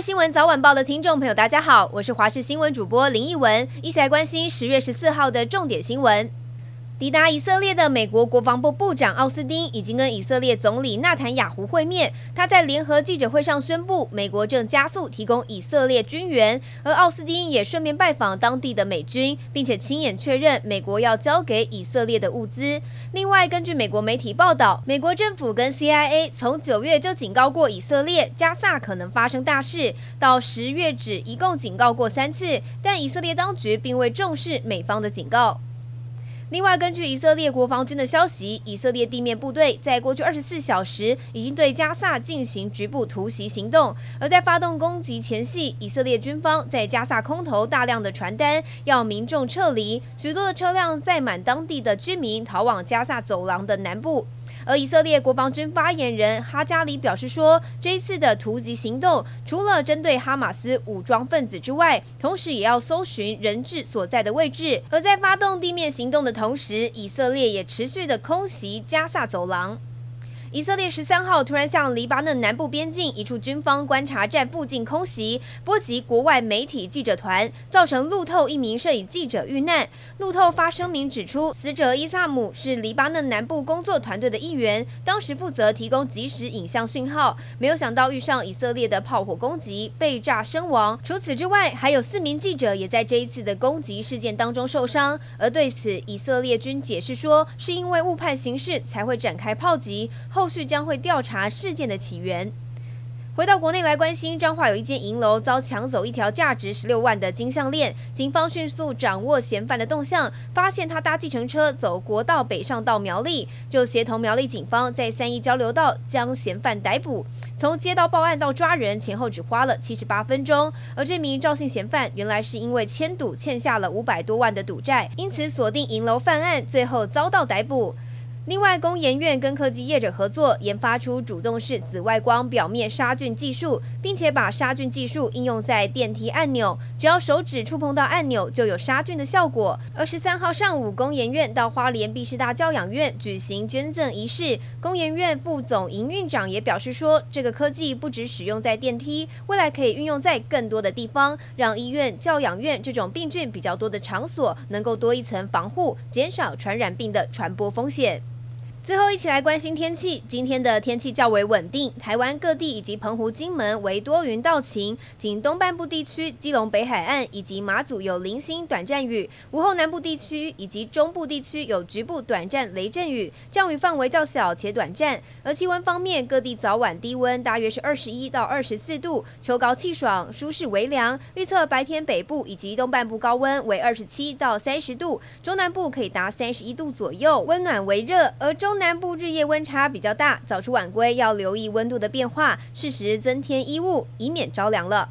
新闻早晚报的听众朋友，大家好，我是华视新闻主播林奕文，一起来关心10月14号的重点新闻。抵达以色列的美国国防部部长奥斯汀已经跟以色列总理纳坦雅胡会面。他在联合记者会上宣布，美国正加速提供以色列军援，而奥斯汀也顺便拜访当地的美军，并且亲眼确认美国要交给以色列的物资。另外，根据美国媒体报道，美国政府跟 CIA 从9月就警告过以色列，加萨可能发生大事，到10月止一共警告过3次，但以色列当局并未重视美方的警告。另外，根据以色列国防军的消息，以色列地面部队在过去24小时已经对加萨进行局部突袭行动，而在发动攻击前夕，以色列军方在加萨空投大量的传单，要民众撤离，许多的车辆载满当地的居民逃往加萨走廊的南部。而以色列国防军发言人哈加里表示说，这一次的突击行动除了针对哈马斯武装分子之外，同时也要搜寻人质所在的位置。而在发动地面行动的同时，以色列也持续的空袭加萨走廊。以色列13号突然向黎巴嫩南部边境一处军方观察站附近空袭，波及国外媒体记者团，造成路透一名摄影记者遇难。路透发声明指出，死者伊萨姆是黎巴嫩南部工作团队的一员，当时负责提供即时影像讯号，没有想到遇上以色列的炮火攻击，被炸身亡。除此之外，还有4名记者也在这一次的攻击事件当中受伤。而对此，以色列军解释说，是因为误判形势才会展开炮击，后续将会调查事件的起源。回到国内来关心，彰化有一间银楼遭抢走一条价值16万的金项链，警方迅速掌握嫌犯的动向，发现他搭计程车走国道北上到苗栗，就协同苗栗警方在3义交流道将嫌犯逮捕。从接到报案到抓人前后只花了78分钟，而这名赵姓嫌犯原来是因为签赌欠下了500多万的赌债，因此锁定银楼犯案，最后遭到逮捕。另外，工研院跟科技业者合作，研发出主动式紫外光表面杀菌技术，并且把杀菌技术应用在电梯按钮，只要手指触碰到按钮就有杀菌的效果。而13号上午，工研院到花莲毕士大教养院举行捐赠仪式，工研院副总营运长也表示说，这个科技不只使用在电梯，未来可以运用在更多的地方，让医院、教养院这种病菌比较多的场所能够多一层防护，减少传染病的传播风险。最后一起来关心天气，今天的天气较为稳定，台湾各地以及澎湖、金门为多云到晴，仅东半部地区、基隆北海岸以及马祖有零星短暂雨，午后南部地区以及中部地区有局部短暂雷阵雨，降雨范围较小且短暂。而气温方面，各地早晚低温大约是21到24度，秋高气爽，舒适微凉。预测白天北部以及东半部高温为27到30度，中南部可以达31度左右，温暖为热，而中南部日夜温差比较大，早出晚归要留意温度的变化，适时增添衣物，以免着凉了。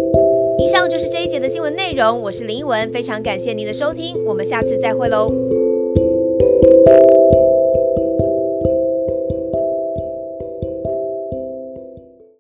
以上就是这一节的新闻内容，我是林奕文，非常感谢您的收听，我们下次再会喽。